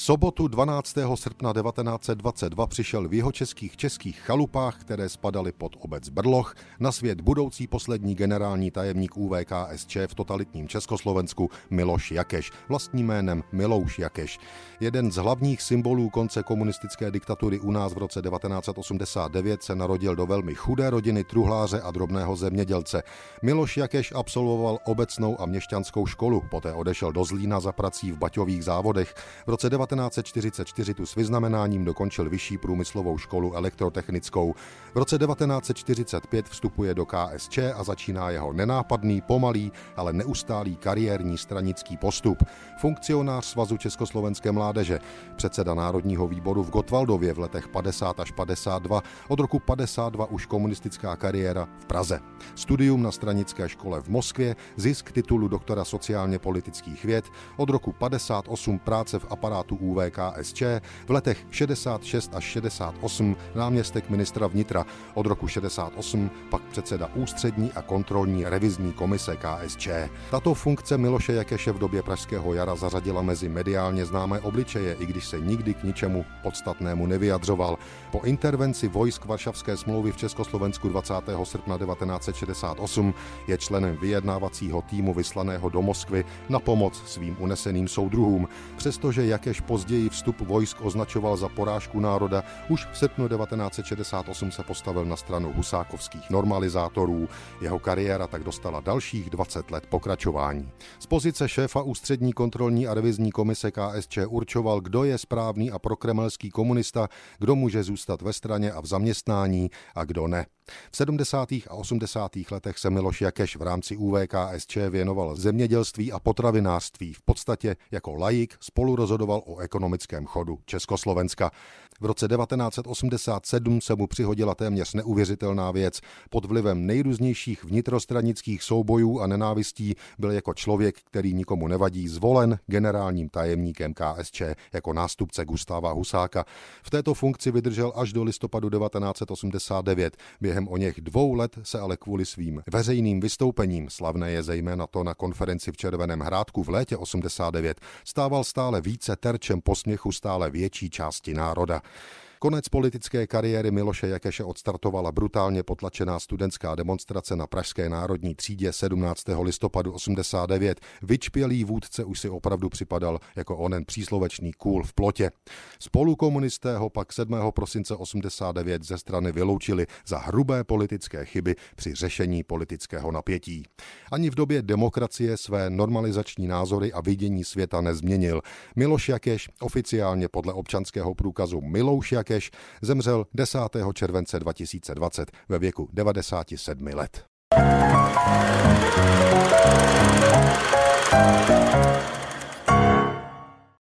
sobotu 12. srpna 1922 přišel v jihočeských chalupách, které spadaly pod obec Brloch, na svět budoucí poslední generální tajemník ÚVKSČ v totalitním Československu Miloš Jakeš, vlastním jménem Milouš Jakeš. Jeden z hlavních symbolů konce komunistické diktatury u nás v roce 1989 se narodil do velmi chudé rodiny truhláře a drobného zemědělce. Miloš Jakeš absolvoval obecnou a měšťanskou školu, poté odešel do Zlína za prací v baťových závodech. V roce 1944 tu s vyznamenáním dokončil vyšší průmyslovou školu elektrotechnickou. V roce 1945 vstupuje do KSČ a začíná jeho nenápadný, pomalý, ale neustálý kariérní stranický postup. Funkcionář Svazu československé mládeže, předseda Národního výboru v Gottwaldově v letech 50 až 52, od roku 52 už komunistická kariéra v Praze. Studium na stranické škole v Moskvě, zisk titulu doktora sociálně-politických věd, od roku 58 práce v aparátu ÚVKSČ, v letech 66 až 68 náměstek ministra vnitra, od roku 68 pak předseda ústřední a kontrolní revizní komise KSČ. Tato funkce Miloše Jakeše v době Pražského jara zařadila mezi mediálně známé obličeje, i když se nikdy k ničemu podstatnému nevyjadřoval. Po intervenci vojsk Varšavské smlouvy v Československu 20. srpna 1968 je členem vyjednávacího týmu vyslaného do Moskvy na pomoc svým uneseným soudruhům. Přestože Jakeš později vstup vojsk označoval za porážku národa, už v srpnu 1968 se postavil na stranu husákovských normalizátorů. Jeho kariéra tak dostala dalších 20 let pokračování. Z pozice šéfa ústřední kontrolní a revizní komise KSČ určoval, kdo je správný a prokremelský komunista, kdo může zůstat ve straně a v zaměstnání a kdo ne. V 70. a 80. letech se Miloš Jakeš v rámci ÚVKSČ věnoval zemědělství a potravinářství. V podstatě jako laik spolurozhodoval o ekonomickém chodu Československa. V roce 1987 se mu přihodila téměř neuvěřitelná věc. Pod vlivem nejrůznějších vnitrostranických soubojů a nenávistí byl jako člověk, který nikomu nevadí, zvolen generálním tajemníkem KSČ jako nástupce Gustáva Husáka. V této funkci vydržel až do listopadu 1989. Během oněch 2 let se ale kvůli svým veřejným vystoupením, slavné je zejména to na konferenci v Červeném Hrádku v létě 89, stával stále více terčem posměchu stále větší části národa. Konec politické kariéry Miloše Jakeše odstartovala brutálně potlačená studentská demonstrace na pražské Národní třídě 17. listopadu 89. Vyčpělý vůdce už si opravdu připadal jako onen příslovečný kůl v plotě. Spolukomunisté ho pak 7. prosince 89 ze strany vyloučili za hrubé politické chyby při řešení politického napětí. Ani v době demokracie své normalizační názory a vidění světa nezměnil. Miloš Jakeš, oficiálně podle občanského průkazu Milouš Jakeš, zemřel 10. července 2020 ve věku 97 let.